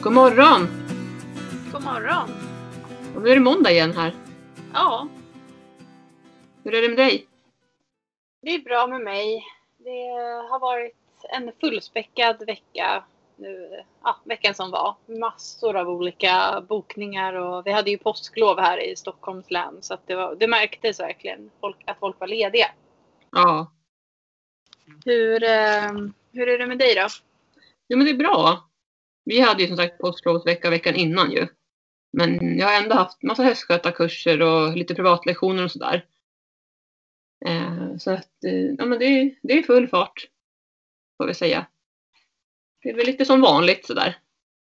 God morgon! God morgon! Och nu är det måndag igen här. Ja, Hur är det med dig? det är bra med mig. Det har varit en fullspäckad vecka nu, veckan som var. Massor av olika bokningar och vi hade ju påsklov här i Stockholms län så att det märktes verkligen att folk var lediga. Ja. Hur är det med dig då? Jo, men det är bra. Vi hade ju som sagt påsklovsvecka veckan innan ju. Men jag har ändå haft massa hästskötarkurser och lite privatlektioner och sådär. Så att ja, men det är full fart, får vi säga. Det är väl lite som vanligt sådär.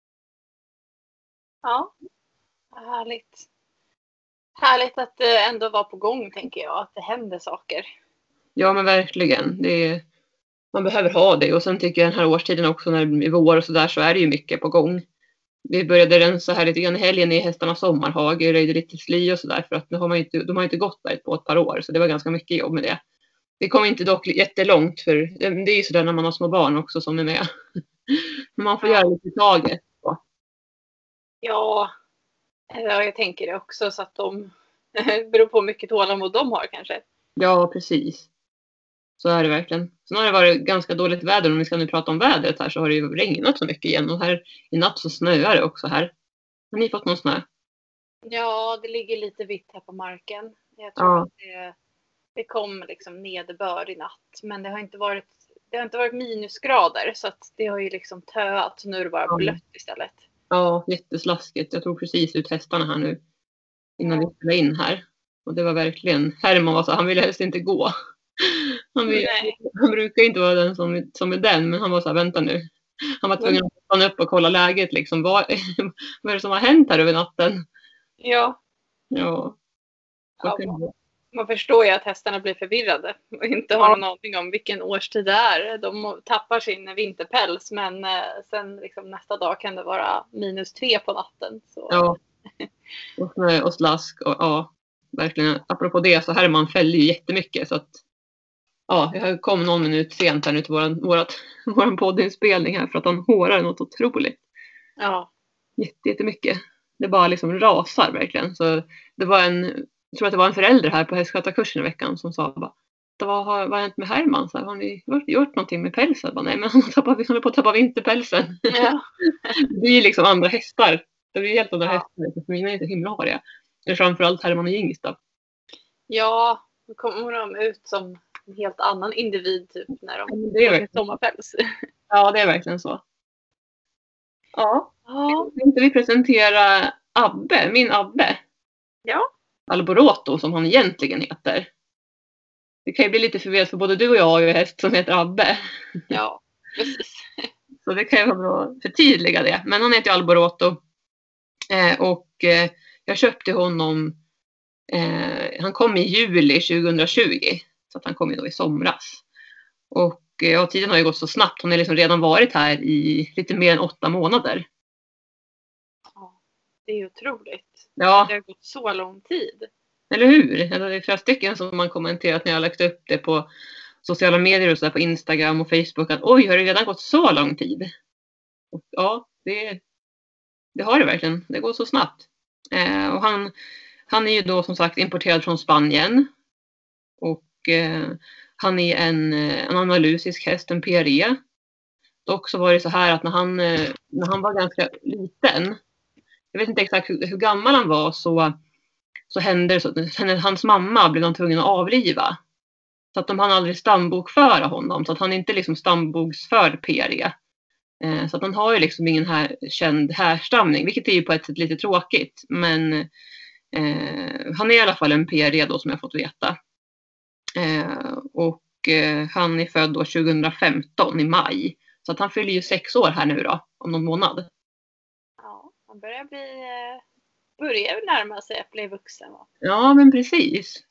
Ja, härligt. Härligt att det ändå var på gång, tänker jag. Att det händer saker. Ja, men verkligen. Man behöver ha det. Och sen tycker jag den här årstiden också, när det är vår och sådär, så är det ju mycket på gång. Vi började rensa här lite grann i helgen i hästarnas sommarhage, röjde lite sly och sådär, för att de har inte gått där på ett par år, så det var ganska mycket jobb med det. Det kom inte dock jättelångt, för det är ju sådär när man har små barn också som är med. Men man får göra lite taget. Ja, jag tänker det också, så att de beror på hur mycket tålamod de har kanske. Ja, precis. Så är det verkligen. Sen har det varit ganska dåligt väder. Om vi ska nu prata om vädret här, så har det ju regnat så mycket igen. Och här i natt så snöar det också här. Har ni fått någon snö? Ja, det ligger lite vitt här på marken. Jag tror att det kom liksom nederbörd i natt. Men det har inte varit minusgrader, så att det har ju liksom töat. Så nu är det bara blött istället. Ja, jätteslaskigt. Jag tog precis ut hästarna här nu innan vi spelade in här. Och det var verkligen, Herman var så, han ville helst inte gå. Han brukar inte vara den som är den, men han var så här, vänta nu. Han var tvungen att stanna upp och kolla läget liksom. Vad är det som har hänt här över natten? Ja. Man förstår ju att hästarna blir förvirrade och inte har någon aning om vilken årstid det är. De tappar sin vinterpäls, men sen liksom nästa dag kan det vara -3 på natten. Så. Ja, och snö och slask. Och, ja, verkligen. Apropå det, så Herman fäller ju jättemycket. Så att, ja, jag kom någon minut sent här nu till våran poddinspelning här, för att han hårar något otroligt. Ja. Jättemycket. Det bara liksom rasar verkligen. Så det var jag tror att det var en förälder här på hästskötarkursen i veckan som sa bara, vad har hänt med Herman? Så här, har ni gjort någonting med pälsen? Bara, nej, men han håller på att tappa vinterpälsen. Ja. Det är liksom andra hästar. Det är helt andra hästar. Mina är inte himlahariga. Eller framförallt Herman och Gingis då. Ja, då kommer de ut som en helt annan individ typ när de får sin sommarpäls. Ja, det är verkligen så. Ja. Tänkte vi presentera Abbe, min Abbe. Ja. Alboroto, som han egentligen heter. Det kan ju bli lite förvirrat, för både du och jag har ju en häst som heter Abbe. Ja, precis. Så det kan ju vara bra att förtydliga det. Men han heter ju Alboroto. Och jag köpte honom. Han kom i juli 2020. Så att han kom ju då i somras. Och tiden har ju gått så snabbt. Han har liksom redan varit här i lite mer än 8 månader. Ja, det är ju otroligt. Ja. Det har gått så lång tid. Eller hur? Det är flera stycken som man kommenterat när jag har lagt upp det på sociala medier och så där, på Instagram och Facebook, att oj, har det redan gått så lång tid? Och ja, det har det verkligen. Det går så snabbt. Och han är ju då som sagt importerad från Spanien. Och han är en andalusisk häst, en PRE. Dock så var det så här att när han var ganska liten, jag vet inte exakt hur gammal han var, så hände det så. Hans mamma blev de tvungen att avliva. Så att de hann aldrig stambokföra honom. Så att han inte liksom stamboksförd PRE. Så att han har ju liksom ingen känd härstamning. Vilket är ju på ett sätt lite tråkigt. Men han är i alla fall en PRE då, som jag fått veta. Och han är född då 2015 i maj. Så att han fyller ju 6 år här nu då, om någon månad. Ja, han börjar närma sig att bli vuxen. Va? Ja, men precis.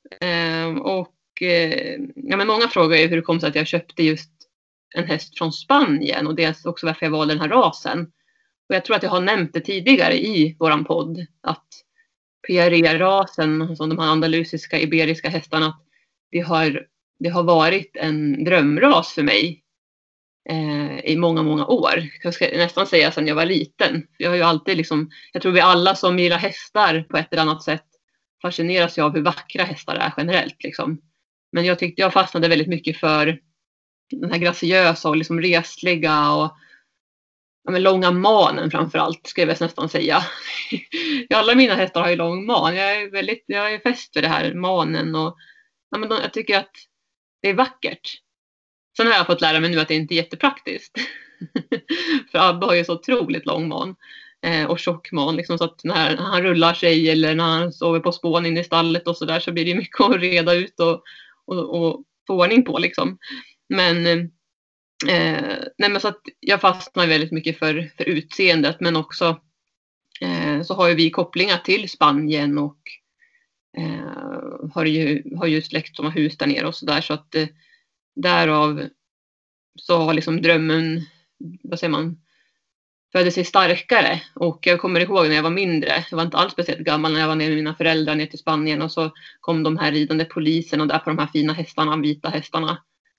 Men många frågar ju hur det kom sig att jag köpte just en häst från Spanien. Och det är också varför jag valde den här rasen. Och jag tror att jag har nämnt det tidigare i våran podd. Att PRE-rasen, som de här andalusiska iberiska hästarna, det har varit en drömras för mig. i många, många år. Jag ska nästan säga sedan jag var liten. Jag har ju alltid liksom, jag tror vi alla som gillar hästar på ett eller annat sätt fascineras av hur vackra hästar är generellt liksom. Men jag fastnade väldigt mycket för den här graciösa och liksom resliga och långa manen framförallt, skulle jag nästan säga. Alla mina hästar har ju lång man. Jag är fäst för det här manen och jag tycker att det är vackert. Sen har jag fått lära mig nu att det inte är jättepraktiskt. För Abbe har ju så otroligt lång man och tjock man. Liksom, så att när han rullar sig eller när han sover på spån in i stallet och sådär så blir det mycket att reda ut och få ordning på. Liksom. Men så att jag fastnar väldigt mycket för utseendet, men också så har ju vi kopplingar till Spanien och har ju släkt som har hus där nere och sådär, så att därav så har liksom drömmen, vad säger man, födde sig starkare. Och jag kommer ihåg när jag var mindre, jag var inte alls speciellt gammal, när jag var nere med mina föräldrar ner till Spanien och så kom de här ridande polisen och där på de här fina hästarna, vita hästarna.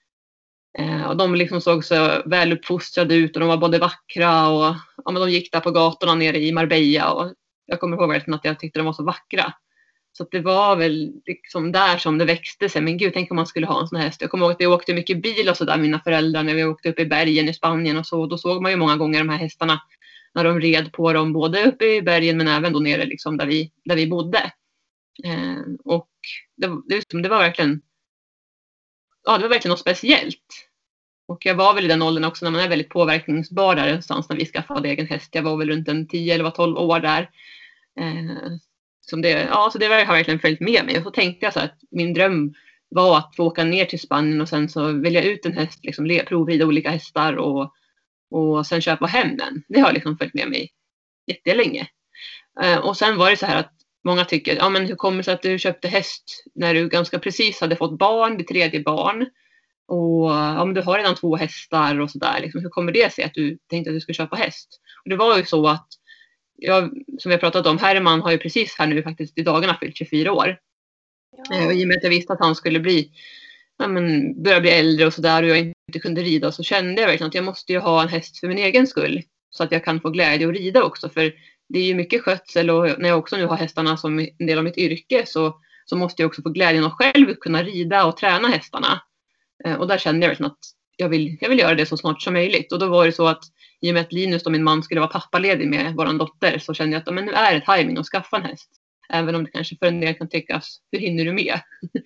Och de liksom såg så väl uppfostrade ut och de var både vackra och de gick där på gatorna nere i Marbella och jag kommer ihåg verkligen att jag tyckte de var så vackra. Så att det var väl liksom där som det växte sig. Men gud, tänk om man skulle ha en sån här häst. Jag kommer ihåg att vi åkte mycket bil och sådär, mina föräldrar, när vi åkte upp i bergen i Spanien och så. Då såg man ju många gånger de här hästarna när de red på dem, både uppe i bergen men även då nere liksom där vi bodde. Och det var verkligen något speciellt. Och jag var väl i den åldern också när man är väldigt påverkningsbar där någonstans när vi skaffade egen häst. Jag var väl runt en 10 eller 12 år där. Så det har verkligen följt med mig. Och så tänkte jag så att min dröm var att få åka ner till Spanien och sen så välja ut en häst, liksom provrida olika hästar och sen köpa hem den. Det har liksom följt med mig jättelänge. Och sen var det så här att många tycker, men hur kommer det sig att du köpte häst när du ganska precis hade fått barn, ditt 3:e barn? Och du har redan 2 hästar och sådär. Liksom, hur kommer det sig att du tänkte att du skulle köpa häst? Och det var ju så att som jag pratat om, Herman har ju precis här nu faktiskt i dagarna fyllt 24 år. Ja. Och i och med att jag visste att han skulle börja bli äldre och sådär och jag inte kunde rida, så kände jag verkligen att jag måste ju ha en häst för min egen skull. Så att jag kan få glädje att rida också. För det är ju mycket skötsel och när jag också nu har hästarna som en del av mitt yrke så måste jag också få glädjen att själv kunna rida och träna hästarna. Och där kände jag verkligen att jag vill göra det så snart som möjligt. Och då var det så att i och med att Linus och min man skulle vara pappaledig med vår dotter så kände jag att nu är det timing att skaffa en häst. Även om det kanske för en del kan tyckas, hur hinner du med?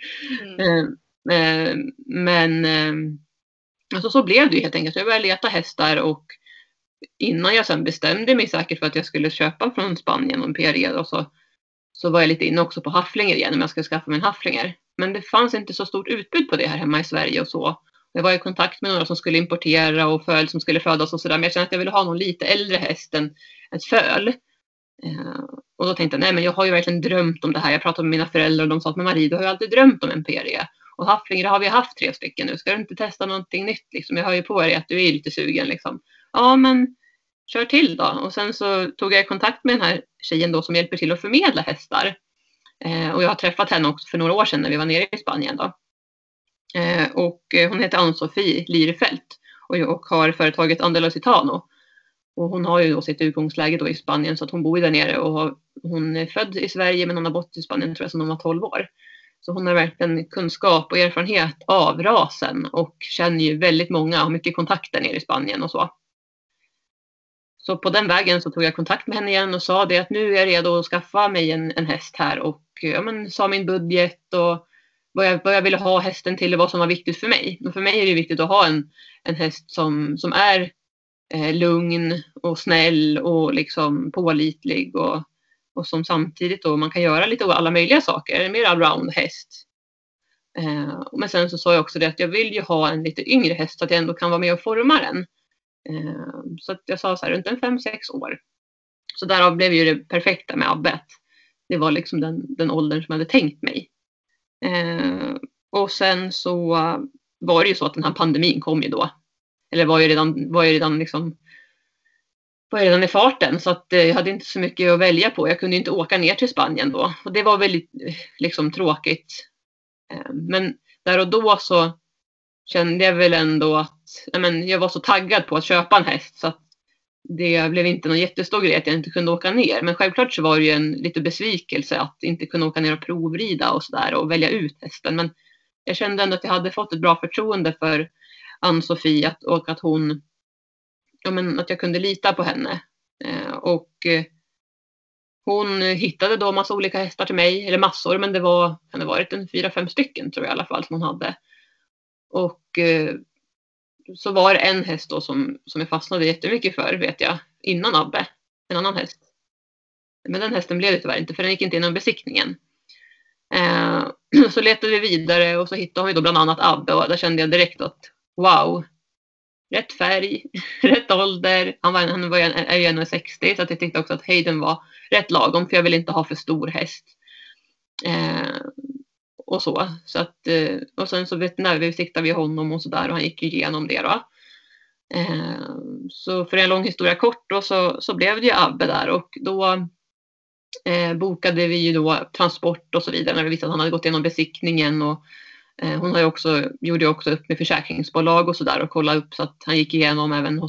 Men alltså så blev det ju helt enkelt. Jag började leta hästar och innan jag sen bestämde mig säkert för att jag skulle köpa från Spanien en PRE och så var jag lite inne också på haflinger igen om jag skulle skaffa mig en haflinger. Men det fanns inte så stort utbud på det här hemma i Sverige och så. Jag var i kontakt med några som skulle importera och föl som skulle födas och sådär. Men jag kände att jag ville ha någon lite äldre häst än ett föl. Och då tänkte jag, men jag har ju verkligen drömt om det här. Jag pratade med mina föräldrar och de sa att Marie, du har ju alltid drömt om en PRE. Och haflingar har vi haft 3 stycken nu. Ska du inte testa någonting nytt liksom? Jag hör ju på dig att du är lite sugen liksom. Ja, men kör till då. Och sen så tog jag kontakt med den här tjejen då som hjälper till att förmedla hästar. Och jag har träffat henne också för några år sedan när vi var nere i Spanien då. Och hon heter Ann-Sofie Lirfelt och har företaget Andalusitano. Och hon har ju då sitt utgångsläge då i Spanien så att hon bor där nere och hon är född i Sverige men hon har bott i Spanien tror jag sedan hon var 12 år. Så hon har verkligen kunskap och erfarenhet av rasen och känner ju väldigt många och har mycket kontakter nere i Spanien och så. Så på den vägen så tog jag kontakt med henne igen och sa det att nu är jag redo att skaffa mig en häst här och sa min budget och vad jag ville ha hästen till och vad som var viktigt för mig. Och för mig är det viktigt att ha en häst som är lugn och snäll och liksom pålitlig och som samtidigt då man kan göra lite alla möjliga saker. En mer allround häst. Men sen så sa jag också det att jag vill ju ha en lite yngre häst så att jag ändå kan vara med och forma den. Så att jag sa så här runt en 5-6 år. Så därav blev ju det perfekta med Abbe. Det var liksom den åldern som jag hade tänkt mig. Och sen så var det ju så att den här pandemin kom ju då. Eller var ju redan i farten. Så att jag hade inte så mycket att välja på. Jag kunde inte åka ner till Spanien då. Och det var väldigt liksom tråkigt. Men där och då så kände jag väl ändå att jag var så taggad på att köpa en häst så att det blev inte någon jättestor grej att jag inte kunde åka ner. Men självklart så var det ju en lite besvikelse att inte kunna åka ner och provrida och sådär och välja ut hästen. Men jag kände ändå att jag hade fått ett bra förtroende för Ann-Sofie och att hon, att jag kunde lita på henne. Hon hittade då massa olika hästar till mig, eller massor, men kan det varit 4-5 stycken tror jag i alla fall som hon hade. Och så var det en häst då som jag fastnade jättemycket för, vet jag, innan Abbe, en annan häst. Men den hästen blev det tyvärr inte, för den gick inte inom besiktningen. Så letade vi vidare och så hittade vi då bland annat Abbe, och där kände jag direkt att wow, rätt färg, rätt ålder. Han är ju 1,60, så att jag tyckte också att höjden var rätt lagom, för jag vill inte ha för stor häst. Och så att, och sen så veterinärbesiktigade vi honom och sådär, och han gick igenom det då. Så för en lång historia kort då, så blev det ju Abbe där, och då bokade vi ju då transport och så vidare när vi visste att han hade gått igenom besiktningen, och hon har ju gjorde också upp med försäkringsbolag och sådär och kollade upp så att han gick igenom även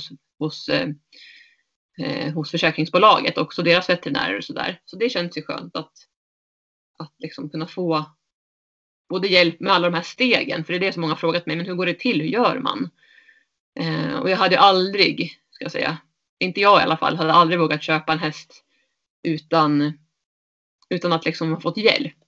hos försäkringsbolaget och också deras veterinärer och sådär. Så det känns ju skönt att liksom kunna få både hjälp med alla de här stegen, för det är det som många har frågat mig, men hur går det till, hur gör man? Och jag hade ju aldrig, ska jag säga, inte jag i alla fall, hade aldrig vågat köpa en häst utan att liksom ha fått hjälp.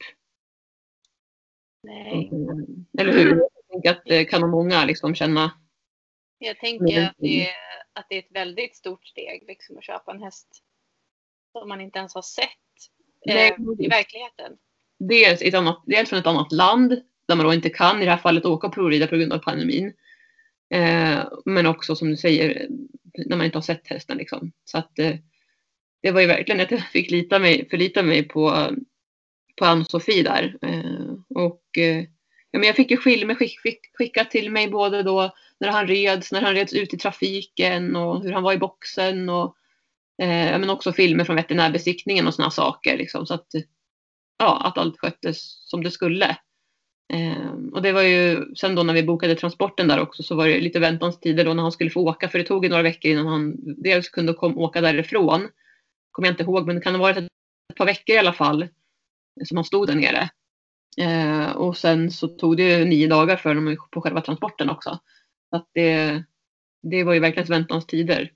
Nej. Eller hur? Jag tänker att det kan många liksom känna. Jag tänker att det är ett väldigt stort steg liksom, att köpa en häst som man inte ens har sett i verkligheten. Dels från ett annat land där man då inte kan i det här fallet åka och provrida på grund av pandemin. Men också som du säger, när man inte har sett hästen liksom. Så att det var ju verkligen att jag fick förlita mig på Ann-Sofie där. Men jag fick ju filmer skickat till mig både då när han reds ut i trafiken och hur han var i boxen, och men också filmer från veterinärbesiktningen och såna saker liksom, så att allt sköttes som det skulle. Och det var ju sen då när vi bokade transporten där också, så var det lite väntanstider då när han skulle få åka, för det tog ju några veckor innan han dels kunde åka därifrån. Kommer jag inte ihåg, men det kan ha varit ett par veckor i alla fall som han stod där nere. Och sen så tog det ju 9 dagar för dem på själva transporten också. Så att det var ju verkligen väntanstider.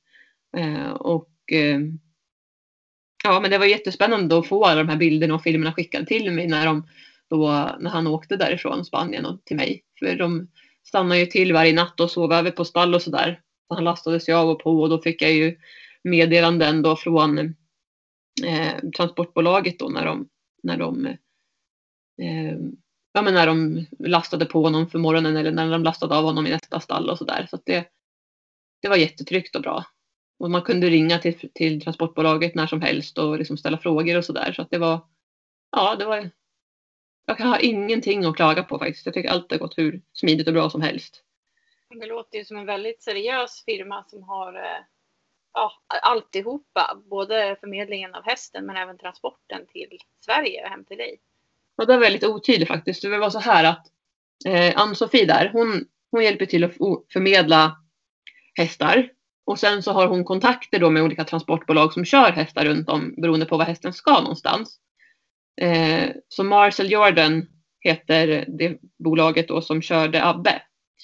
Men det var jättespännande att få alla de här bilderna och filmerna skickade till mig när han åkte därifrån Spanien och till mig. För de stannade ju till varje natt och sov över på stall och sådär. Så han lastade sig av och på, och då fick jag ju meddelanden då från transportbolaget då när de lastade på honom för morgonen, eller när de lastade av honom i nästa stall och sådär. Så att det var jättetryggt och bra. Och man kunde ringa till transportbolaget när som helst och liksom ställa frågor och sådär. Så att det var, jag kan ha ingenting att klaga på faktiskt. Jag tycker allt har gått hur smidigt och bra som helst. Det låter ju som en väldigt seriös firma som har alltihopa. Både förmedlingen av hästen men även transporten till Sverige och hem till dig. Och det var väldigt otydligt faktiskt. Det var så här att Ann-Sofie där, hon hjälper till att förmedla hästar. Och sen så har hon kontakter då med olika transportbolag som kör hästar runt om beroende på var hästen ska någonstans. Så Marcel Jordan heter det bolaget då som körde Abbe.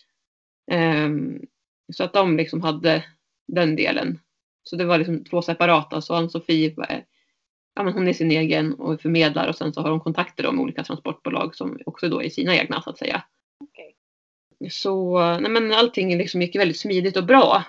Så att de liksom hade den delen. Så det var liksom 2 separata. Så Ann-Sofie hon är sin egen och förmedlar, och sen så har hon kontakter då med olika transportbolag som också då är sina egna så att säga. Okay. Så allting liksom gick väldigt smidigt och bra.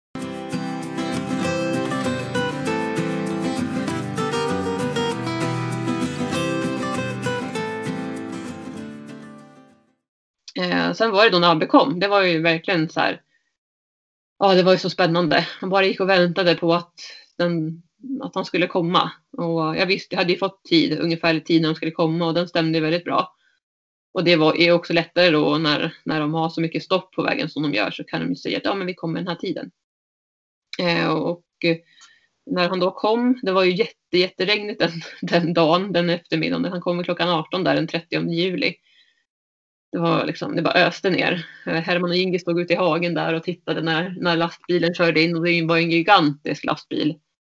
Sen var det då när Abbe kom. Det var ju verkligen så här. Ja, det var ju så spännande. Han bara gick och väntade på att han skulle komma. Och jag hade ju fått ungefär tid när de skulle komma, och den stämde väldigt bra. Och det är också lättare då när de har så mycket stopp på vägen som de gör, så kan de ju säga att men vi kommer den här tiden. Och när han då kom, det var ju jätteregnigt den dagen, den eftermiddagen. Han kom klockan 18 där den 30 juli. det bara öste ner. Herman och Inge stod ute i hagen där och tittade när lastbilen körde in, och det var en gigantisk lastbil.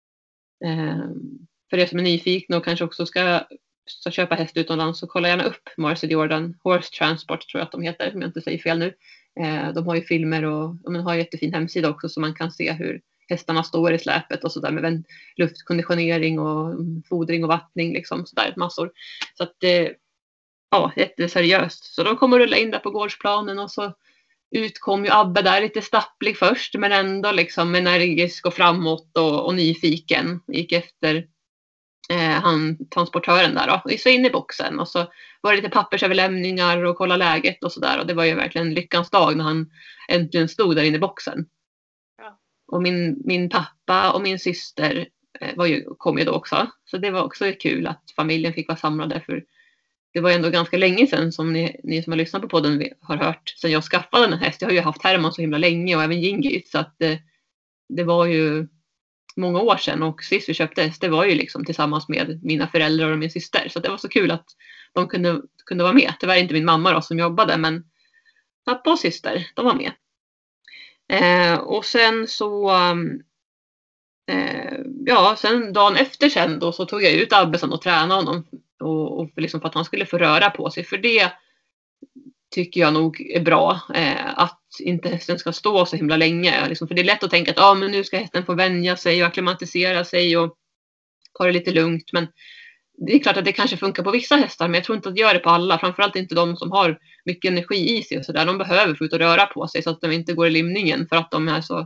För er som är nyfikna och kanske också ska köpa häst utomlands, så kolla gärna upp Marcy Jordan Horse Transport, tror jag att de heter, om jag inte säger fel nu. De har ju filmer och de har en jättefin hemsida också, så man kan se hur hästarna står i släpet och sådär, med luftkonditionering och fodring och vattning liksom, sådär massor. Så att ja, jätteseriöst. Så de kommer rulla in där på gårdsplanen, och så utkom ju Abbe där lite stapplig först, men ändå liksom energisk och framåt och nyfiken. Gick efter transportören där då, och så in i boxen, och så var det lite pappersöverlämningar och kolla läget och sådär, och det var ju verkligen lyckans dag när han äntligen stod där inne i boxen. Ja. Och min pappa och min syster kom ju då också, så det var också kul att familjen fick vara samlade, för det var ändå ganska länge sedan, som ni som har lyssnat på podden har hört, sedan jag skaffade den här hästen. Jag har ju haft Herman så himla länge, och även Gingit, så att det var ju många år sedan, och sist vi köpte häst, det var ju liksom tillsammans med mina föräldrar och min syster, så det var så kul att de kunde vara med. Tyvärr inte min mamma då som jobbade, men pappa och syster, de var med. Och sen så sen dagen efter sen då, så tog jag ut Abbesen och tränade honom, och liksom för att han skulle få röra på sig, för det tycker jag nog är bra, att inte hästen ska stå så himla länge. Liksom, för det är lätt att tänka att men nu ska hästen få vänja sig och akklimatisera sig och ta det lite lugnt. Men det är klart att det kanske funkar på vissa hästar, men jag tror inte att det gör det på alla. Framförallt inte de som har mycket energi i sig och sådär. De behöver få ut och röra på sig så att de inte går i limningen, för att de är så...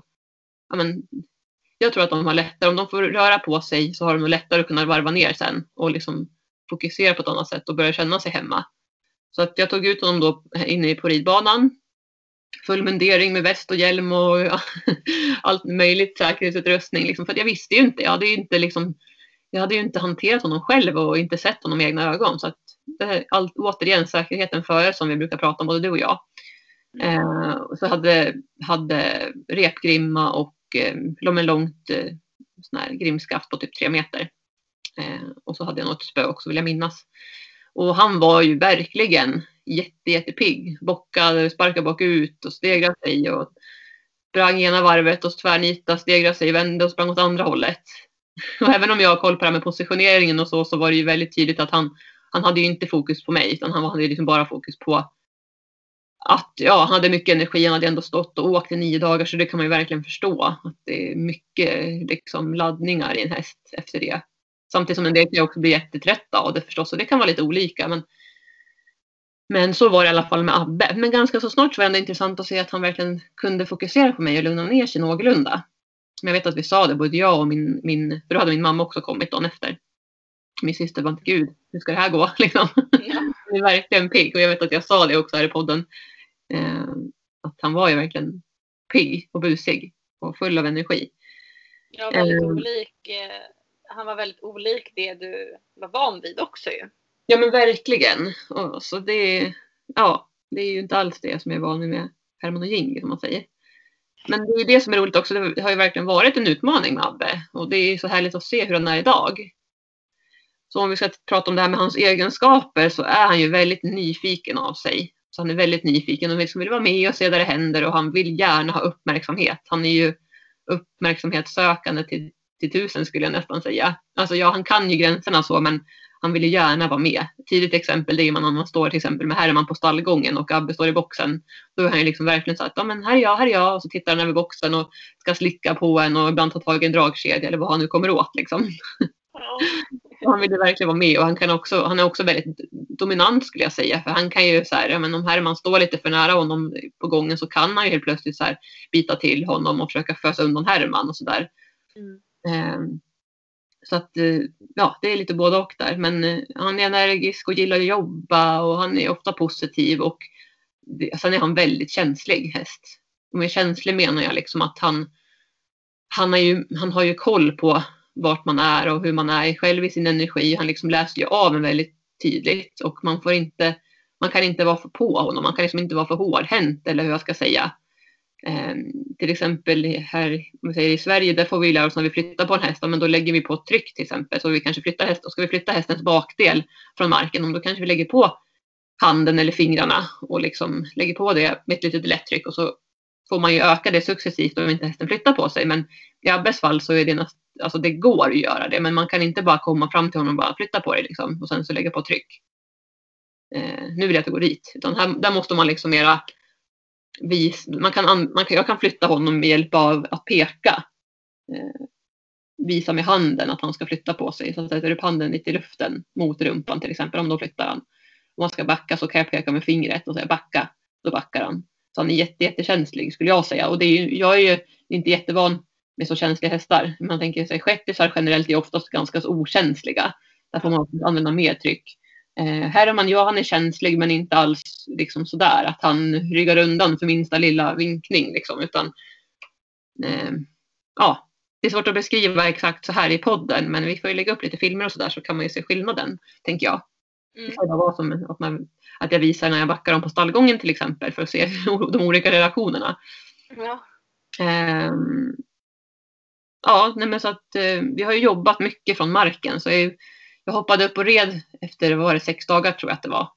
jag tror att de har lättare, om de får röra på sig, så har de lättare att kunna varva ner sen och liksom fokusera på ett annat sätt och börja känna sig hemma. Så att jag tog ut honom då inne på ridbanan. Full mundering med väst och hjälm och allt möjligt säkerhetsutrustning. Liksom, för att jag visste ju inte. Jag hade ju inte hanterat honom själv och inte sett honom med egna ögon. Så att återigen säkerheten före, som vi brukar prata om, både du och jag. Så hade repgrimma och långt sån här grimskaft på typ 3 meter. Och så hade jag något spö också, vill jag minnas. Och han var ju verkligen jättepigg. Bockade, sparkade bakut och stegrade sig och sprang ena varvet och tvärnita, stegrade sig, vände och sprang åt andra hållet. Och även om jag har koll på det här med positioneringen och så var det ju väldigt tydligt att han hade ju inte fokus på mig, utan han hade liksom bara fokus på att han hade mycket energi. Han hade ändå stått och åkt i 9 dagar, så det kan man ju verkligen förstå, att det är mycket liksom laddningar i en häst efter det. Samtidigt som en del kan också bli jättetrötta av det förstås, och det kan vara lite olika. Men så var det i alla fall med Abbe. Men ganska så snart så var det ändå intressant att se att han verkligen kunde fokusera på mig och lugna ner sig någorlunda. Men jag vet att vi sa det, både jag och för då hade min mamma också kommit dagen efter. Min syster var inte, gud, hur ska det här gå? Liksom. Det är verkligen pigg, och jag vet att jag sa det också här i podden. Att han var ju verkligen pigg och busig och full av energi. Ja, väldigt olik. Han var väldigt olik det du var van vid också ju. Ja, men verkligen. Och så det är ju inte alls det som jag är van med Herman och Ging, som man säger. Men det är ju det som är roligt också. Det har ju verkligen varit en utmaning med Abbe. Och det är så härligt att se hur han är idag. Så om vi ska prata om det här med hans egenskaper, så är han ju väldigt nyfiken av sig. Så han är väldigt nyfiken och vill vara med och se där det händer, och han vill gärna ha uppmärksamhet. Han är ju uppmärksamhetssökande till 1000, skulle jag nästan säga. Alltså han kan ju gränserna så, men han vill ju gärna vara med. Ett tidigt exempel, det är om man står till exempel med Herman på stallgången och Abbe står i boxen. Då är han ju liksom verkligen så att, men här är jag. Och så tittar han över boxen och ska slicka på en och ibland ta tag i en dragkedja eller vad han nu kommer åt liksom. Han vill verkligen vara med, och han är också väldigt dominant, skulle jag säga. För han kan ju så här, om Herman står lite för nära honom på gången, så kan han ju helt plötsligt så här bita till honom och försöka fösa undan Herman och sådär. Så att det är lite både och där. Men han är energisk och gillar att jobba, och han är ofta positiv, och sen är han väldigt känslig häst. Och med känslig menar jag liksom att han har ju koll på vart man är och hur man är själv i sin energi. Han liksom läser ju av en väldigt tydligt, och man kan inte vara för på honom. Man kan liksom inte vara för hårdhänt, eller hur jag ska säga. Till exempel här i Sverige, där får vi lära oss när vi flyttar på en häst, men då lägger vi på ett tryck till exempel, så vi kanske flyttar häst, och ska vi flytta hästens bakdel från marken, då kanske vi lägger på handen eller fingrarna och liksom lägger på det med ett litet lättryck och så får man ju öka det successivt om inte hästen flyttar på sig. Men i Abbes fall så är det alltså det går att göra det, men man kan inte bara komma fram till honom och bara flytta på det liksom, och sen så lägga på tryck. Nu vill jag att det går dit. Utan där måste man liksom mera jag kan flytta honom med hjälp av att peka. Visa med handen att han ska flytta på sig. Så sätter upp handen lite i luften mot rumpan till exempel, om då flyttar han. Om man ska backa så kan jag peka med fingret och säga backa, då backar han. Så han är jättekänslig skulle jag säga. Och jag är ju inte jättevan med så känsliga hästar. Man tänker sig shettisar generellt är oftast ganska så okänsliga. Där får man använda mer tryck. Här är han är känslig men inte alls liksom sådär att han ryggar undan för minsta lilla vinkning liksom, utan det är svårt att beskriva exakt så här i podden, men vi får ju lägga upp lite filmer och sådär så kan man ju se skillnaden, tänker jag. Det får bara vara som att jag visar när jag backar dem på stallgången till exempel för att se de olika relationerna. Men så att vi har ju jobbat mycket från marken, så jag hoppade upp och red efter 6 dagar tror jag att det var.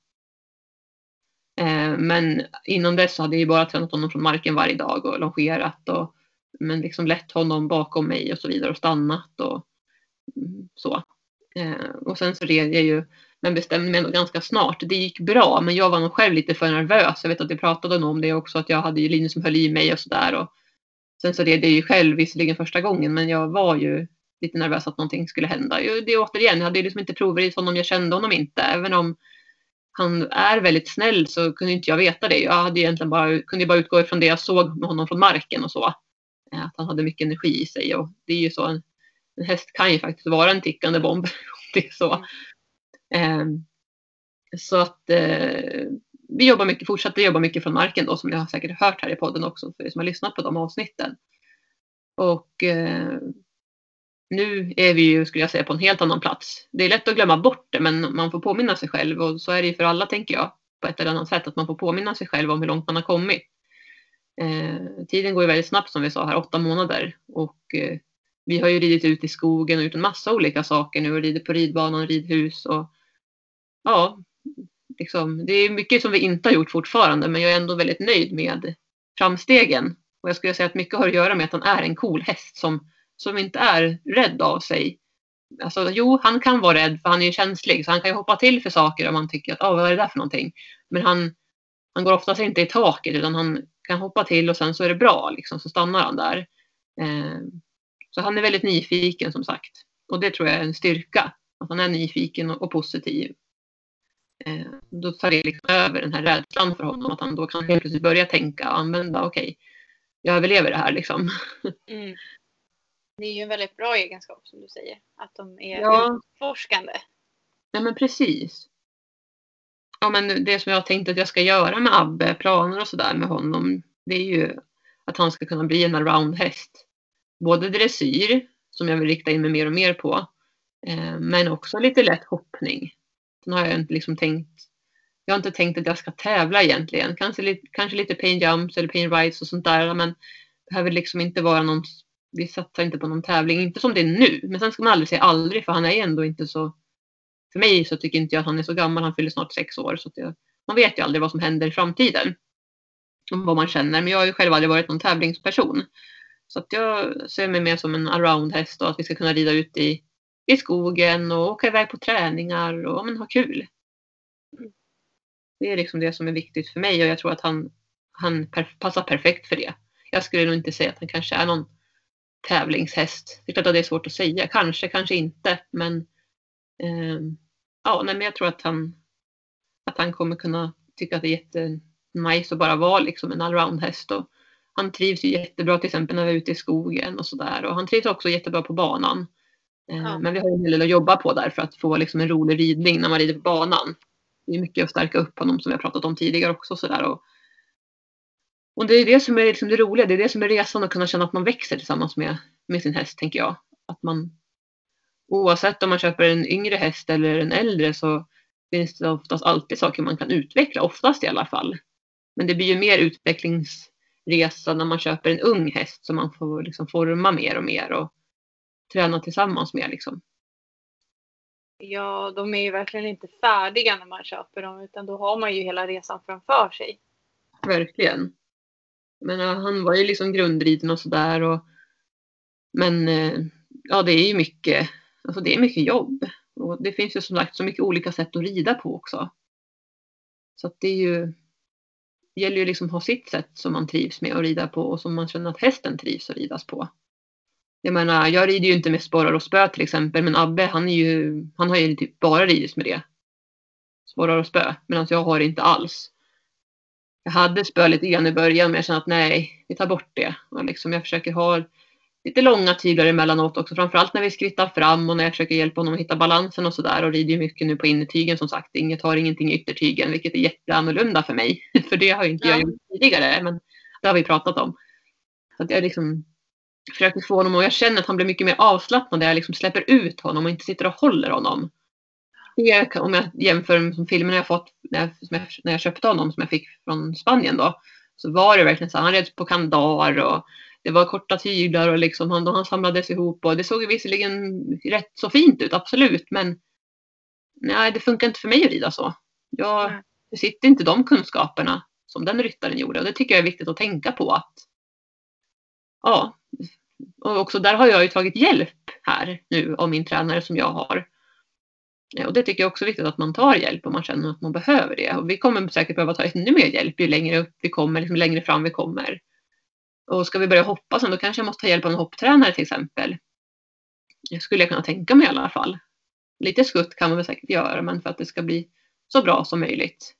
Men innan dess så hade jag ju bara tränat honom från marken varje dag och longerat men liksom lett honom bakom mig och så vidare och stannat och så. Och sen så red jag ju, men bestämde mig ganska snart. Det gick bra, men jag var nog själv lite för nervös. Jag vet att jag pratade om det också, att jag hade ju Linus som höll i mig och sådär. Och sen så red jag ju själv visserligen första gången, men jag var ju lite nervös att någonting skulle hända. Det återigen, jag hade ju liksom inte provridit honom, jag kände honom inte. Även om han är väldigt snäll så kunde inte jag veta det. Jag hade egentligen kunde bara utgå ifrån det jag såg med honom från marken och så. Att han hade mycket energi i sig, och det är ju så, en häst kan ju faktiskt vara en tickande bomb. Det är så. Så att vi fortsatte jobba mycket från marken då, som jag har säkert hört här i podden också för er som har lyssnat på de avsnitten. Och nu är vi ju, skulle jag säga, på en helt annan plats. Det är lätt att glömma bort det, men man får påminna sig själv, och så är det ju för alla, tänker jag, på ett eller annat sätt, att man får påminna sig själv om hur långt man har kommit. Tiden går ju väldigt snabbt, som vi sa här, 8 månader, och vi har ju ridit ut i skogen och gjort en massa olika saker nu, och ridit på ridbanan, ridhus, och liksom, det är mycket som vi inte har gjort fortfarande, men jag är ändå väldigt nöjd med framstegen. Och jag skulle säga att mycket har att göra med att han är en cool häst som inte är rädd av sig. Alltså, han kan vara rädd för han är ju känslig, så han kan ju hoppa till för saker om man tycker att vad är det där för någonting. Men han går oftast inte i taket, utan han kan hoppa till och sen så är det bra liksom, så stannar han där. Så han är väldigt nyfiken, som sagt, och det tror jag är en styrka, att han är nyfiken och positiv. Då tar det liksom över den här rädslan för honom, att han då kan helt plötsligt börja tänka och använda, okej, jag överlever det här liksom. Det är ju en väldigt bra egenskap, som du säger, att de är utforskande. Ja, men precis. Ja, men det som jag har tänkt att jag ska göra med Abbe, planer och sådär med honom, det är ju att han ska kunna bli en allround-häst. Både dressyr, som jag vill rikta in mig mer och mer på, men också lite lätt hoppning. Sen har jag inte liksom jag har inte tänkt att jag ska tävla egentligen. Kanske lite pain jumps eller pain rides och sånt där, men det behöver liksom inte vara vi satsar inte på någon tävling, inte som det är nu. Men sen ska man aldrig säga aldrig, för han är ändå inte så, för mig så tycker inte jag att han är så gammal, han fyller snart 6 år, så att man vet ju aldrig vad som händer i framtiden. Om vad man känner, men jag har ju själv aldrig varit någon tävlingsperson. Så att jag ser mig mer som en allround-häst, och att vi ska kunna rida ut i skogen och åka iväg på träningar och ha kul. Det är liksom det som är viktigt för mig, och jag tror att han passar perfekt för det. Jag skulle nog inte säga att han kanske är någon tävlingshäst. Det är klart att det är svårt att säga. Kanske inte. Men men jag tror att han kommer kunna tycka att det är jättenice att bara vara liksom en allround-häst. Och han trivs ju jättebra till exempel när vi är ute i skogen och sådär. Och han trivs också jättebra på banan. Men vi har ju en del att jobba på där för att få liksom en rolig ridning när man rider på banan. Det är mycket att stärka upp honom, som vi har pratat om tidigare också. Och det är det som är liksom det roliga. Det är det som är resan, att kunna känna att man växer tillsammans med sin häst, tänker jag. Att man, oavsett om man köper en yngre häst eller en äldre, så finns det oftast alltid saker man kan utveckla. Oftast i alla fall. Men det blir ju mer utvecklingsresa när man köper en ung häst, som man får liksom forma mer och mer och träna tillsammans med liksom. Ja, de är ju verkligen inte färdiga när man köper dem, utan då har man ju hela resan framför sig. Verkligen. Men han var ju liksom grundriden och sådär. Men ja, det är ju mycket, alltså det är mycket jobb. Och det finns ju som sagt så mycket olika sätt att rida på också. Så att det är ju, det gäller ju liksom att ha sitt sätt som man trivs med att rida på och som man känner att hästen trivs att ridas på. Jag menar, jag rider ju inte med sporrar och spö till exempel, men Abbe han har ju typ bara ridit med det. Sporrar och spö, medan jag har inte alls. Jag hade spö lite grann i början, men jag känner att nej, vi tar bort det. Och liksom jag försöker ha lite långa tyglar emellanåt också, framförallt när vi skrittar fram och när jag försöker hjälpa honom att hitta balansen och sådär. Och rider ju mycket nu på innertygen som sagt. Inget har ingenting i yttertygen, vilket är jätteannorlunda för mig. För det har ju inte jag gjort tidigare, men det har vi pratat om. Så att jag liksom försöker få honom, och jag känner att han blir mycket mer avslappnad när jag liksom släpper ut honom och inte sitter och håller honom. Det, om jag jämför med filmerna jag fått när jag köpte honom som jag fick från Spanien då, så var det verkligen så han red på kandar och det var korta tyglar och liksom han samlades ihop och det såg ju visserligen rätt så fint ut, absolut, men nej, det funkar inte för mig att rida så. Jag besitter inte de kunskaperna som den ryttaren gjorde, och det tycker jag är viktigt att tänka på att ja, och också där har jag ju tagit hjälp här nu av min tränare som jag har. Och det tycker jag också är viktigt att man tar hjälp om man känner att man behöver det. Och vi kommer säkert behöva ta ännu mer hjälp ju längre upp vi kommer, liksom längre fram vi kommer. Och ska vi börja hoppa sen, då kanske jag måste ta hjälp av en hopptränare till exempel. Det skulle jag kunna tänka mig i alla fall. Lite skutt kan man väl säkert göra, men för att det ska bli så bra som möjligt.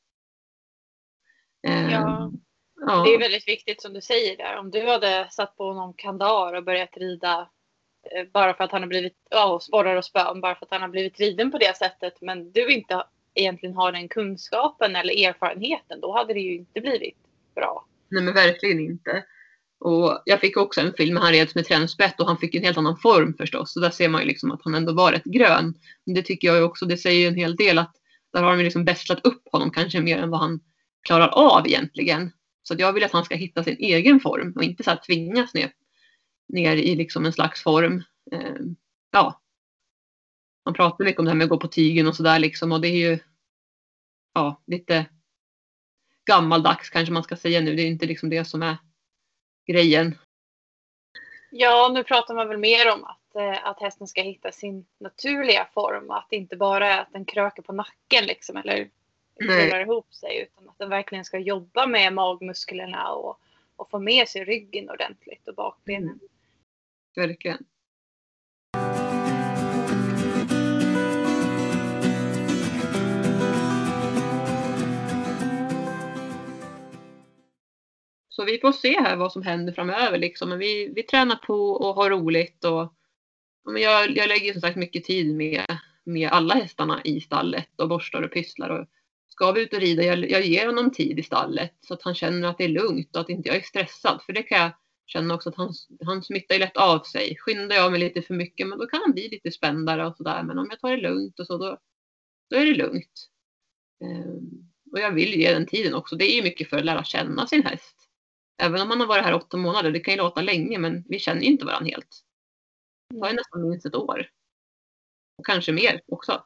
Ja. Det är väldigt viktigt som du säger där. Om du hade satt på någon kandar och börjat rida bara för att han har blivit sporrar och spön, bara för att han har blivit riden på det sättet, men du inte egentligen har den kunskapen eller erfarenheten, då hade det ju inte blivit bra. Nej, men verkligen inte. Och jag fick också en film med han reds med tränspett och han fick en helt annan form förstås. Så där ser man ju liksom att han ändå var rätt grön. Men det tycker jag ju också, det säger ju en hel del att där har de liksom bästlat upp honom kanske mer än vad han klarar av egentligen. Så att jag vill att han ska hitta sin egen form och inte så här tvingas ner i liksom en slags form. Ja. Man pratar mycket om det här med att gå på tygen och sådär liksom, och det är ju lite gammaldags kanske man ska säga nu. Det är inte liksom det som är grejen. Ja, nu pratar man väl mer om att hästen ska hitta sin naturliga form. Att det inte bara är att den kröker på nacken liksom, eller rullar ihop sig. Utan att den verkligen ska jobba med magmusklerna och få med sig ryggen ordentligt och bakbenen. Verkligen. Så vi får se här vad som händer framöver liksom. Men vi tränar på och har roligt. Men jag lägger som sagt mycket tid med alla hästarna i stallet och borstar och pysslar. Och ska vi ut och rida, jag ger honom tid i stallet så att han känner att det är lugnt och att inte jag är stressad. För det kan jag känna också att han smittar ju lätt av sig. Skyndar jag mig lite för mycket, men då kan han bli lite spändare och sådär. Men om jag tar det lugnt och så, då är det lugnt. Och jag vill ge den tiden också. Det är ju mycket för att lära känna sin häst. Även om man har varit här 8 månader, det kan ju låta länge, men vi känner ju inte varandra helt. Det tar ju nästan minst ett år. Och kanske mer också.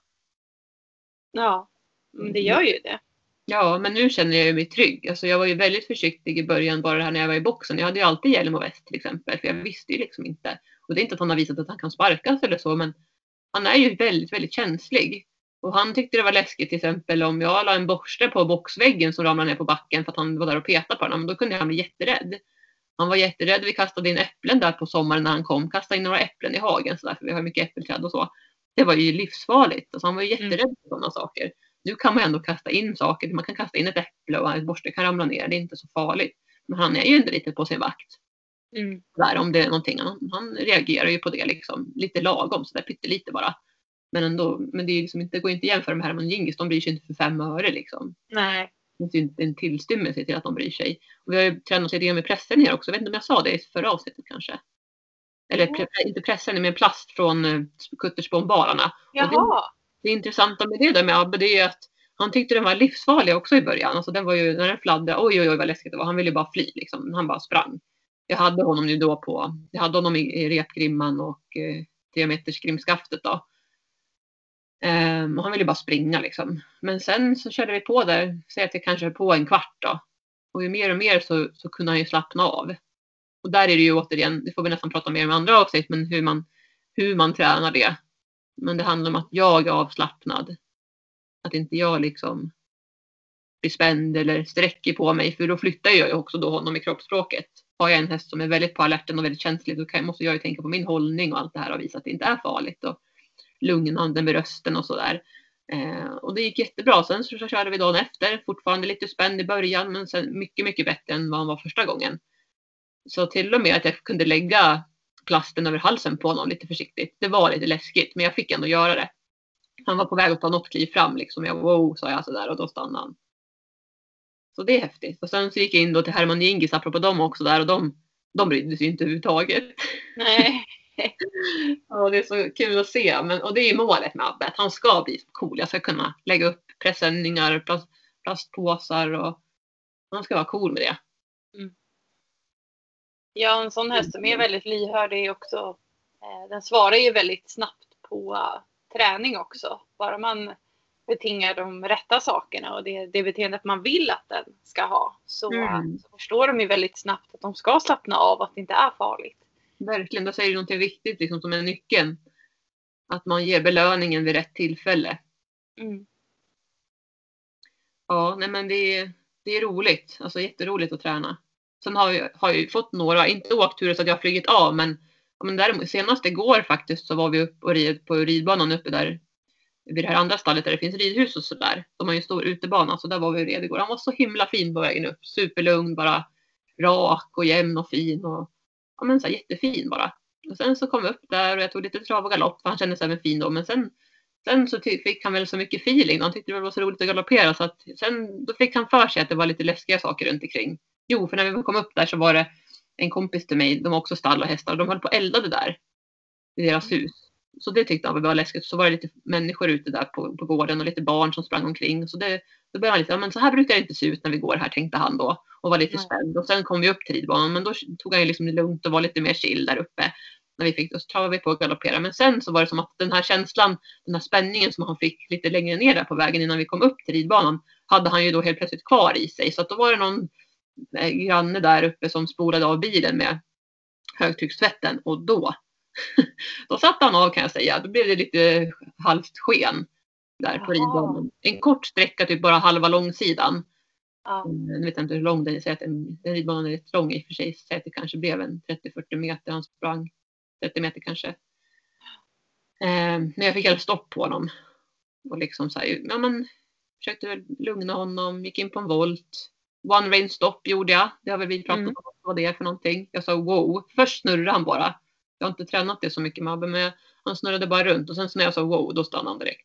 Ja, men det gör ju det. Ja, men nu känner jag mig trygg. Alltså jag var ju väldigt försiktig i början, bara det här när jag var i boxen. Jag hade ju alltid hjälm och väst till exempel, för jag visste ju liksom inte. Och det är inte att han har visat att han kan sparkas eller så, men han är ju väldigt, väldigt känslig. Och han tyckte det var läskigt till exempel om jag la en borste på boxväggen som ramlade ner på backen för att han var där och petade på den. Men då kunde han bli jätterädd. Han var jätterädd. Vi kastade in äpplen där på sommaren när han kom. Kastade in några äpplen i hagen så där, för vi har mycket äppelträd och så. Det var ju livsfarligt. Alltså han var ju jätterädd för sådana saker. Nu kan man ändå kasta in saker. Man kan kasta in ett äpple och en borste kan ramla ner. Det är inte så farligt. Men han är ju ändå lite på sin vakt. Där om det är någonting. Han reagerar ju på det liksom. Lite lagom. Så där pyttelite bara. Men ändå. Men det är liksom inte, det går inte att jämföra med Herman Gingis. De bryr sig inte för 5 öre liksom. Nej. Det finns ju inte en tillstymmelse till att de bryr sig. Och vi har ju tränat lite grann med pressen här också. Jag vet inte om jag sa det i förra avsnittet kanske. Eller inte pressen, men plast från kutterspånbalarna. Jaha. Det intressanta med det där med Abbe, det är att han tyckte den var livsfarlig också i början. Alltså den var ju, när den fladdrade, oj vad läskigt det var. Han ville ju bara fly liksom. Han bara sprang. Jag hade honom ju då jag hade honom i repgrimman och 3 meters grimskaftet då. Och han ville bara springa liksom. Men sen så körde vi på där, säg att jag kanske höll på en kvart då. Och ju mer och mer så kunde han ju slappna av. Och där är det ju återigen, det får vi nästan prata mer om andra avsnitt, men hur man tränar det. Men det handlar om att jag är avslappnad. Att inte jag liksom blir spänd eller sträcker på mig, för då flyttar jag ju också då honom i kroppsspråket. Har jag en häst som är väldigt på alerten och väldigt känslig, då måste jag ju tänka på min hållning och allt det här och visa att det inte är farligt. Och lugnanden vid rösten och sådär. Och det gick jättebra. Sen så körde vi dagen efter. Fortfarande lite spänd i början, men sen mycket, mycket bättre än vad han var första gången. Så till och med att jag kunde lägga plasten över halsen på honom lite försiktigt. Det var lite läskigt, men jag fick ändå göra det. Han var på väg att ta något kliv fram liksom. Wow, sa jag sådär, och då stannade han. Så det är häftigt. Och sen så gick jag in då till Herman Gingis, apropå dem också där, och de brydde sig inte överhuvudtaget. Nej. Ja, det är så kul att se. Och det är målet med Abbe, att han ska bli cool. Jag ska kunna lägga upp presenningar, plastpåsar, och han ska vara cool med det. Mm. Ja, en sån häst som är väldigt lyhörd är också, den svarar ju väldigt snabbt på träning också. Bara man betingar de rätta sakerna och det beteendet man vill att den ska ha, så förstår de ju väldigt snabbt att de ska slappna av, att det inte är farligt. Verkligen, då säger du någonting viktigt liksom, som är nyckeln. Att man ger belöningen vid rätt tillfälle. Mm. Ja, nej men det är roligt. Alltså jätteroligt att träna. Sen har jag ju fått några, inte åkturer så att jag har flugit av, men däremot senast igår faktiskt så var vi upp och rid på ridbanan uppe där vid det här andra stallet där det finns ridhus och sådär. De har ju en stor utebana, så där var vi och red igår. Han var så himla fin på vägen upp. Superlugn, bara rak och jämn och fin och så här, jättefin bara. Och sen så kom vi upp där och jag tog lite trav och galopp, för han kände sig även fin då. Men sen så fick han väl så mycket feeling. Han tyckte det var så roligt att galoppera, så att sen då fick han för sig att det var lite läskiga saker runt omkring. Jo, för när vi kom upp där så var det en kompis till mig, de har också stall och hästar, och de höll på att elda det där i deras hus. Så det tyckte han var läskigt. Så var det lite människor ute där på gården och lite barn som sprang omkring. Så då började han lite, men så här brukar det inte se ut när vi går här, tänkte han då. Och var lite spänd. Och sen kom vi upp till ridbanan, men då tog han ju liksom det lugnt och var lite mer chill där uppe. När vi fick, och så travade vi på att galoppera. Men sen så var det som att den här känslan, den här spänningen som han fick lite längre ner där på vägen innan vi kom upp till ridbanan, hade han ju då helt plötsligt kvar i sig. Så att då var det någon granne där uppe som spolade av bilen med högtryckstvätten, och då satt han av, kan jag säga. Då blev det lite halvt sken där på ridbanan. En kort sträcka, typ bara halva långsidan. Jag vet inte hur lång den är. Säg att den ridbanan är rätt lång i och för sig. Säg att det kanske blev en 30-40 meter. Han sprang 30 meter kanske. När jag fick stopp på honom. Och liksom så här, försökte väl lugna honom. Gick in på en volt. One rain stop gjorde jag. Det har väl vi pratat om vad det är för någonting. Jag sa wow. Först snurrade han bara. Jag har inte tränat det så mycket med Abbe, men han snurrade bara runt. Och sen så när jag sa wow, då stannade han direkt.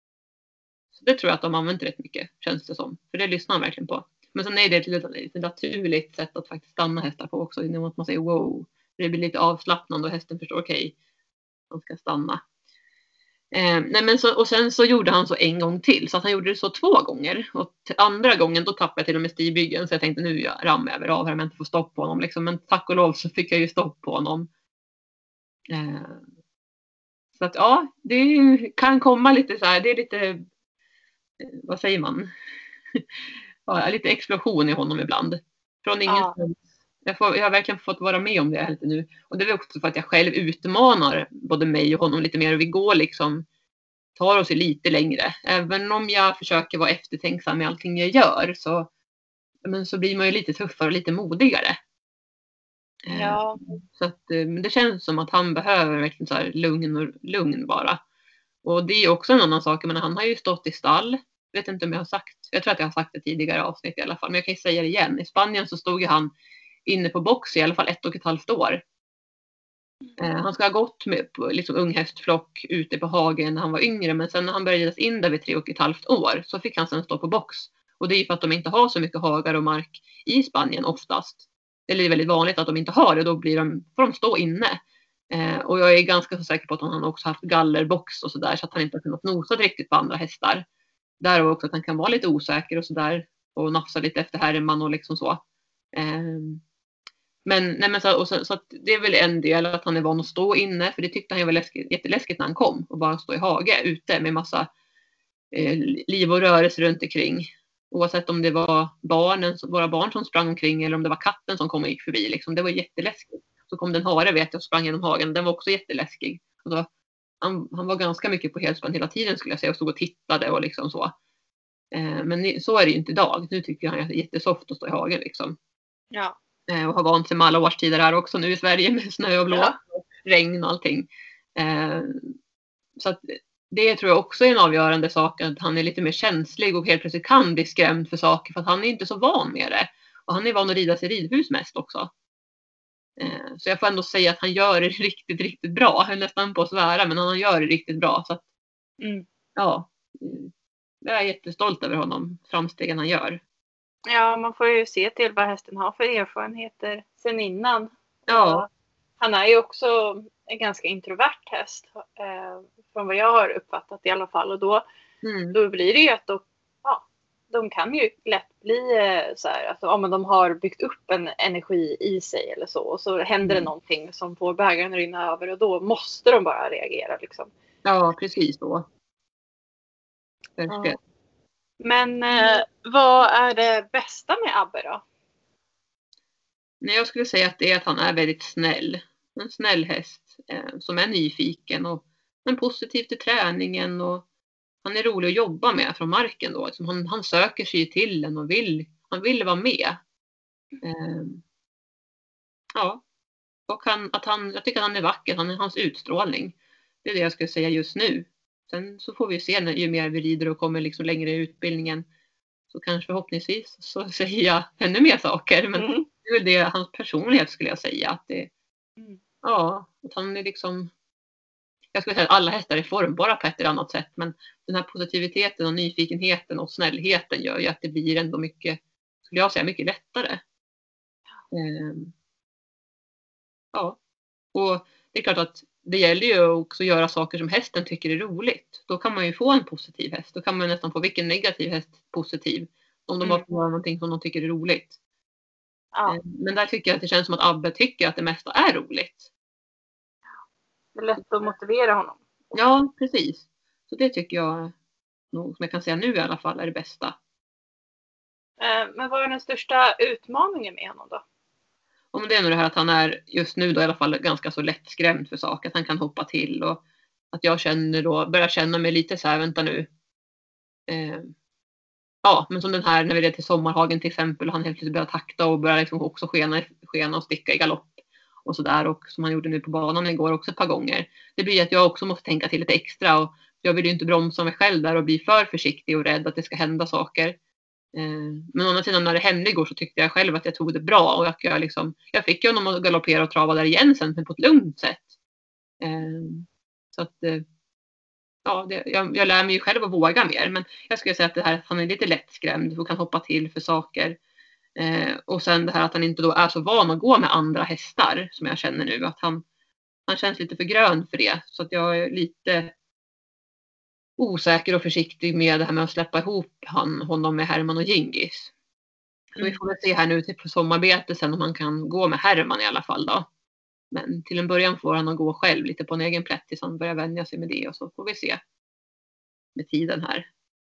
Så det tror jag att de använder rätt mycket, känns det som. För det lyssnar han verkligen på. Men sen är det ett naturligt sätt att faktiskt stanna hästar på också. Genom att man säger wow. Det blir lite avslappnande och hästen förstår okej. Han ska stanna. Och sen så gjorde han så en gång till. Så att han gjorde det så 2 gånger. Och andra gången då tappade jag till och med stigbyggen. Så jag tänkte nu jag ramlar över av här om jag inte får stopp på honom. Liksom. Men tack och lov så fick jag ju stopp på honom. Så att ja, det kan komma lite så här, det är lite, vad säger man? Ja, lite explosion i honom ibland. Från ingenstans. Jag har verkligen fått vara med om det här lite nu. Och det är också för att jag själv utmanar både mig och honom lite mer. Och vi går liksom, tar oss lite längre. Även om jag försöker vara eftertänksam med allting jag gör, så blir man ju lite tuffare och lite modigare. Ja. Så att det känns som att han behöver verkligen så här lugn bara. Och det är också en annan sak. Men han har ju stått i stall. Jag vet inte om jag har sagt. Jag tror att jag har sagt det tidigare avsnitt i alla fall. Men jag kan ju säga det igen. I Spanien så stod ju han inne på box i alla fall 1,5 år. Han ska ha gått med på liksom unghästflock ute på hagen när han var yngre. Men sen när han började in där vid 3,5 år så fick han sen stå på box. Och det är ju för att de inte har så mycket hagar och mark i Spanien oftast. Eller det är väldigt vanligt att de inte har det. Då får de stå inne. Och jag är ganska så säker på att han också haft gallerbox och sådär. Så att han inte har kunnat nosa riktigt på andra hästar. Där också att han kan vara lite osäker och sådär. Och nafsa lite efter Herman och liksom så. men så att det är väl en del att han är van att stå inne. För det tyckte han var jätteläskigt när han kom. Och bara stå i hage ute med massa liv och rörelse runt omkring. Oavsett om det var våra barn som sprang omkring eller om det var katten som kom och gick förbi. Liksom. Det var jätteläskigt. Så kom den hare vet jag och sprang genom hagen. Den var också jätteläskig. Alltså, han var ganska mycket på helspänn hela tiden skulle jag säga. Och stod och tittade och liksom så. Men så är det ju inte idag. Nu tycker han att det är jättesoft att stå i hagen liksom. Ja. Och har vant sig med alla årstider här också nu i Sverige med snö och blåst och regn och allting. Så att det tror jag också är en avgörande sak, att han är lite mer känslig och helt plötsligt kan bli skrämd för saker för att han är inte så van med det. Och han är van att rida sig ridhus mest också. Så jag får ändå säga att han gör det riktigt, riktigt bra. Jag är nästan på att svära, men han gör det riktigt bra. Så att, ja, jag är jättestolt över honom, framstegen han gör. Ja, man får ju se till vad hästen har för erfarenheter sen innan. Ja. Han är ju också en ganska introvert häst. Från vad jag har uppfattat i alla fall. Och då blir det ju att de kan ju lätt bli så här. Alltså, men de har byggt upp en energi i sig eller så. Och så händer det någonting som får bägaren rinna över. Och då måste de bara reagera liksom. Ja, precis så. Ja. Men vad är det bästa med Abbe då? Nej, jag skulle säga att det är att han är väldigt snäll. En snäll häst som är nyfiken och men positiv till träningen. Och han är rolig att jobba med från marken då. Han söker sig till en och han vill vara med. Ja. Och jag tycker att han är vacker. Hans utstrålning. Det är det jag skulle säga just nu. Sen så får vi se ju mer vi rider och kommer liksom längre i utbildningen. Så kanske förhoppningsvis så säger jag ännu mer saker. Men det är väl det hans personlighet skulle jag säga. Att att han är liksom. Jag skulle säga att alla hästar är formbara på ett eller annat sätt. Men den här positiviteten och nyfikenheten och snällheten gör ju att det blir ändå mycket, skulle jag säga, mycket lättare. Ja. Och det är klart att det gäller ju också att göra saker som hästen tycker är roligt. Då kan man ju få en positiv häst. Då kan man nästan få vilken negativ häst positiv. Om de bara får göra någonting som de tycker är roligt. Ja. Men där tycker jag att det känns som att Abbe tycker att det mesta är roligt. Det är lätt att motivera honom. Ja, precis. Så det tycker jag nog, som jag kan säga nu i alla fall, är det bästa. Men vad är den största utmaningen med honom då? Om det är nog det här att han är just nu då i alla fall ganska så lättskrämd för saker. Att han kan hoppa till och att jag börjar känna mig lite så här, vänta nu. Ja, men som den här när vi red till Sommarhagen till exempel. Och han helt plötsligt börjar takta och börjar liksom också skena och sticka i galopp. Och sådär. Och som han gjorde nu på banan igår också ett par gånger. Det blir att jag också måste tänka till lite extra. Och jag vill ju inte bromsa mig själv där och bli för försiktig och rädd att det ska hända saker. Men å andra sidan när det hände igår så tyckte jag själv att jag tog det bra. Och jag fick ju honom att galoppera och trava där igen sen, men på ett lugnt sätt. Så att ja, jag lär mig ju själv att våga mer. Men jag skulle säga att det här att han är lite lättskrämd och kan hoppa till för saker. Och sen det här att han inte då är så van att gå med andra hästar som jag känner nu. Att han känns lite för grön för det. Så att jag är lite osäker och försiktig med det här med att släppa ihop honom med Herman och Gingis. Så vi får väl se här nu till sommarbete sen om han kan gå med Herman i alla fall då. Men till en början får han att gå själv lite på en egen plätt tills han börjar vänja sig med det. Och så får vi se med tiden här.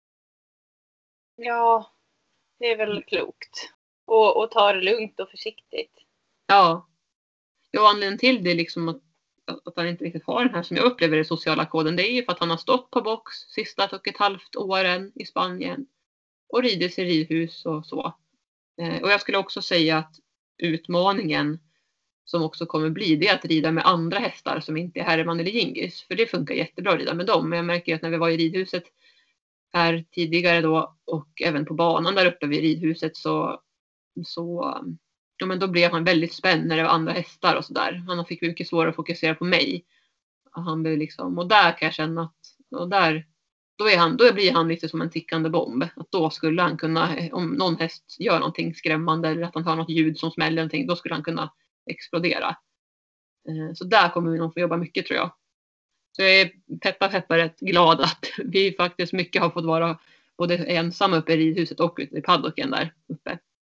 Ja, det är väl klokt. Och ta det lugnt och försiktigt. Ja. Ja, anledningen till det är liksom att han inte riktigt har den här som jag upplever i sociala koden. Det är ju för att han har stått på box sista 1,5 åren i Spanien. Och ridit i ridhus och så. Och jag skulle också säga att utmaningen som också kommer bli det är att rida med andra hästar som inte är Herman eller Gingis. För det funkar jättebra att rida med dem. Men jag märker att när vi var i ridhuset här tidigare då och även på banan där uppe vid ridhuset så ja, men då blev han väldigt spänd när det var andra hästar och sådär. Han fick mycket svårare att fokusera på mig. Och han blev liksom, och där kan jag känna att då blir han lite som en tickande bomb. Att då skulle han kunna, om någon häst gör någonting skrämmande eller att han hör något ljud som smäller någonting, då skulle han kunna explodera. Så där kommer vi nog få jobba mycket tror jag. Så jag är peppar rätt glad att vi faktiskt mycket har fått vara både ensamma uppe i ridhuset och ute i paddocken där uppe.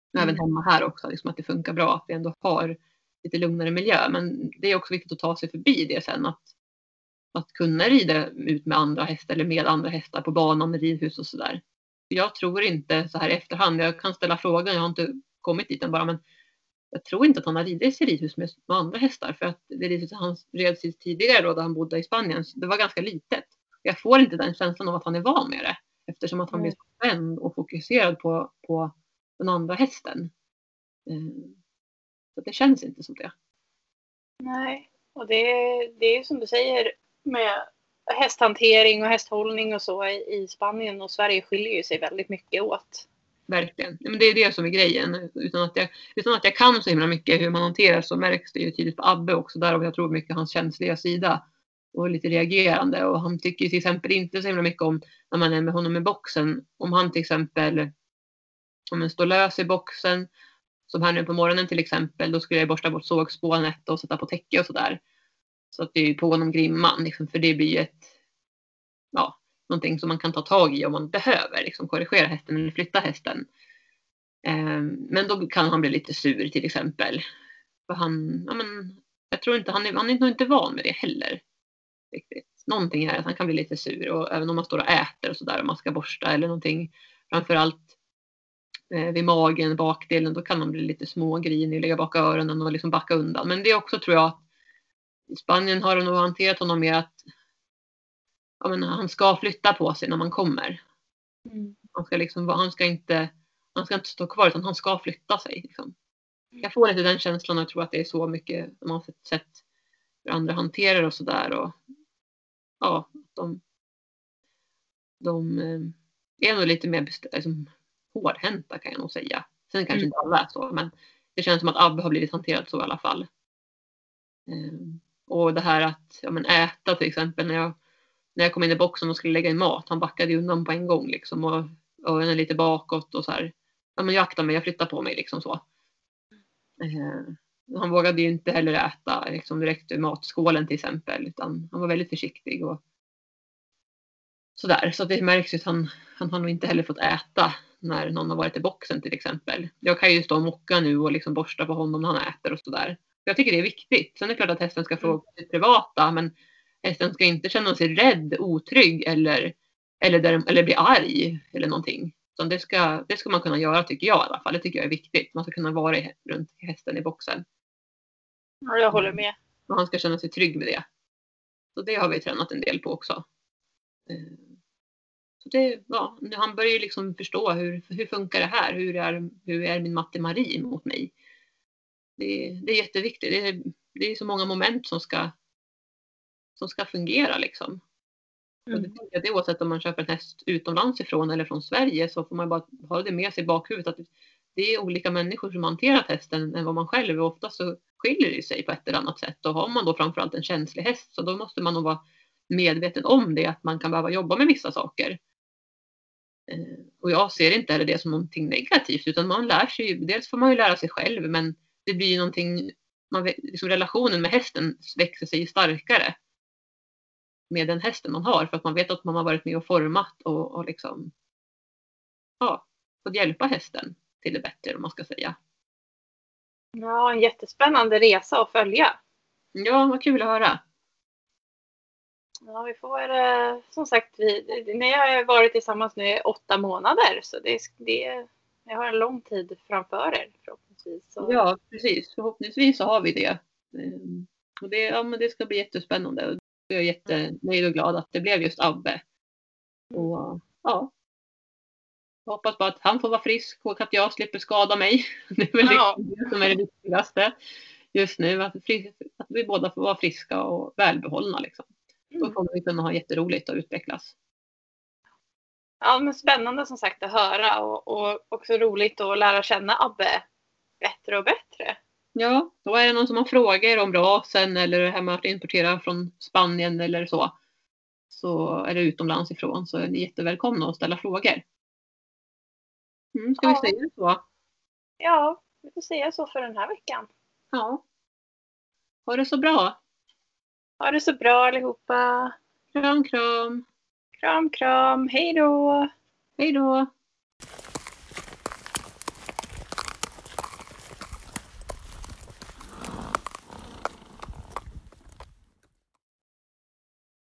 Även hemma här också, liksom att det funkar bra att vi ändå har lite lugnare miljö. Men det är också viktigt att ta sig förbi det sen, att kunna rida ut med andra hästar eller med andra hästar på banan med ridhus och sådär. Jag tror inte så här i efterhand, jag kan ställa frågan, jag har inte kommit dit än bara, men jag tror inte att han har ridit i ridhus med andra hästar, för att det ridhuset han red tidigare då han bodde i Spanien, det var ganska litet. Jag får inte den känslan av att han är van med det, eftersom att han blir så spänd och fokuserad på den andra hästen. Så det känns inte som det. Nej, och det är som du säger med hästhantering och hästhållning och så i Spanien och Sverige skiljer ju sig väldigt mycket åt. Verkligen. Men det är det som är grejen. Utan att jag kan så himla mycket hur man hanterar, så märks det ju tydligt på Abbe också. Därav jag tror mycket hans känsliga sida. Och lite reagerande. Och han tycker till exempel inte så himla mycket om när man är med honom i boxen. Om han till exempel står lös i boxen. Som här nu på morgonen till exempel. Då skulle jag borsta bort sågspånet och sätta på täcke och sådär. Så att det är på honom grimman. Liksom, för det blir ju någonting som man kan ta tag i om man behöver. Liksom, korrigera hästen eller flytta hästen. Men då kan han bli lite sur till exempel. För jag tror inte, han är nog inte van med det heller. Riktigt. Någonting är att han kan bli lite sur. Och även om man står och äter och sådär. Om man ska borsta eller någonting. Framförallt vid magen, bakdelen. Då kan man bli lite smågrinig. Lägga bak öronen och liksom backa undan. Men det är också, tror jag, att i Spanien har de nog hanterat honom med att han ska flytta på sig när man kommer. Han ska inte stå kvar, utan han ska flytta sig. Liksom. Jag får lite den känslan, och jag tror att det är så mycket man har sett hur andra hanterar och sådär. Och de är nog lite mer hårdhänta, kan jag nog säga. Sen kanske inte alla är så, men det känns som att Abbe har blivit hanterad så i alla fall. Och det här att äta till exempel, när jag kom in i boxen och skulle lägga in mat, han backade undan på en gång liksom, och ögonen lite bakåt och så här. Jag aktar mig, jag flyttar på mig liksom så. Han vågade ju inte heller äta liksom direkt ur matskålen till exempel, utan han var väldigt försiktig och sådär. Så det märks ju att han har nog inte heller fått äta när någon har varit i boxen till exempel. Jag kan ju stå och mocka nu och liksom borsta på honom när han äter och sådär. Jag tycker det är viktigt. Sen är det klart att hästen ska få sitt privata, men hästen ska inte känna sig rädd, otrygg eller bli arg eller någonting. Så det ska man kunna göra, tycker jag i alla fall. Det tycker jag är viktigt. Man ska kunna vara runt hästen i boxen. Ja, jag håller med. Och han ska känna sig trygg med det. Så det har vi tränat en del på också. Så han börjar ju liksom förstå hur funkar det här? Hur är min matte Marie mot mig? Det är jätteviktigt. Det är så många moment som ska fungera liksom. Och det är oavsett om man köper en häst utomlands ifrån eller från Sverige, så får man bara ha det med sig i bakhuvudet att det är olika människor som hanterat hästen än vad man själv är. Ofta så skiljer det sig på ett eller annat sätt. Och har man då framförallt en känslig häst, så då måste man nog vara medveten om det, att man kan behöva jobba med vissa saker. Och jag ser inte heller det som någonting negativt, utan man lär sig, dels får man ju lära sig själv, men det blir någonting, liksom relationen med hästen växer sig starkare med den hästen man har, för att man vet att man har varit med och format och liksom fått hjälpa hästen till det bättre, om man ska säga. Ja, en jättespännande resa att följa. Ja, vad kul att höra. Ja, vi får som sagt, ni har varit tillsammans nu i 8 månader, så jag har en lång tid framför er förhoppningsvis. Så. Ja, precis. Förhoppningsvis så har vi det. Och det ska bli jättespännande. Jag är jättenöjd och glad att det blev just Abbe. Och jag hoppas bara att han får vara frisk och att jag slipper skada mig. Det är väl det som är det viktigaste just nu. Att vi båda får vara friska och välbehållna liksom. Då kommer vi kunna ha jätteroligt och utvecklas. Ja, men spännande som sagt att höra och också roligt att lära känna Abbe bättre och bättre. Ja, då är det någon som har frågor om rasen eller det här med att importera från Spanien eller så är det utomlands ifrån, så är ni jättevälkomna att ställa frågor. Ska vi säga så? Ja, vi får säga så för den här veckan. Ja. Ha det så bra. Ha det så bra allihopa. Kram, kram. Kram, kram. Hej då. Hej då.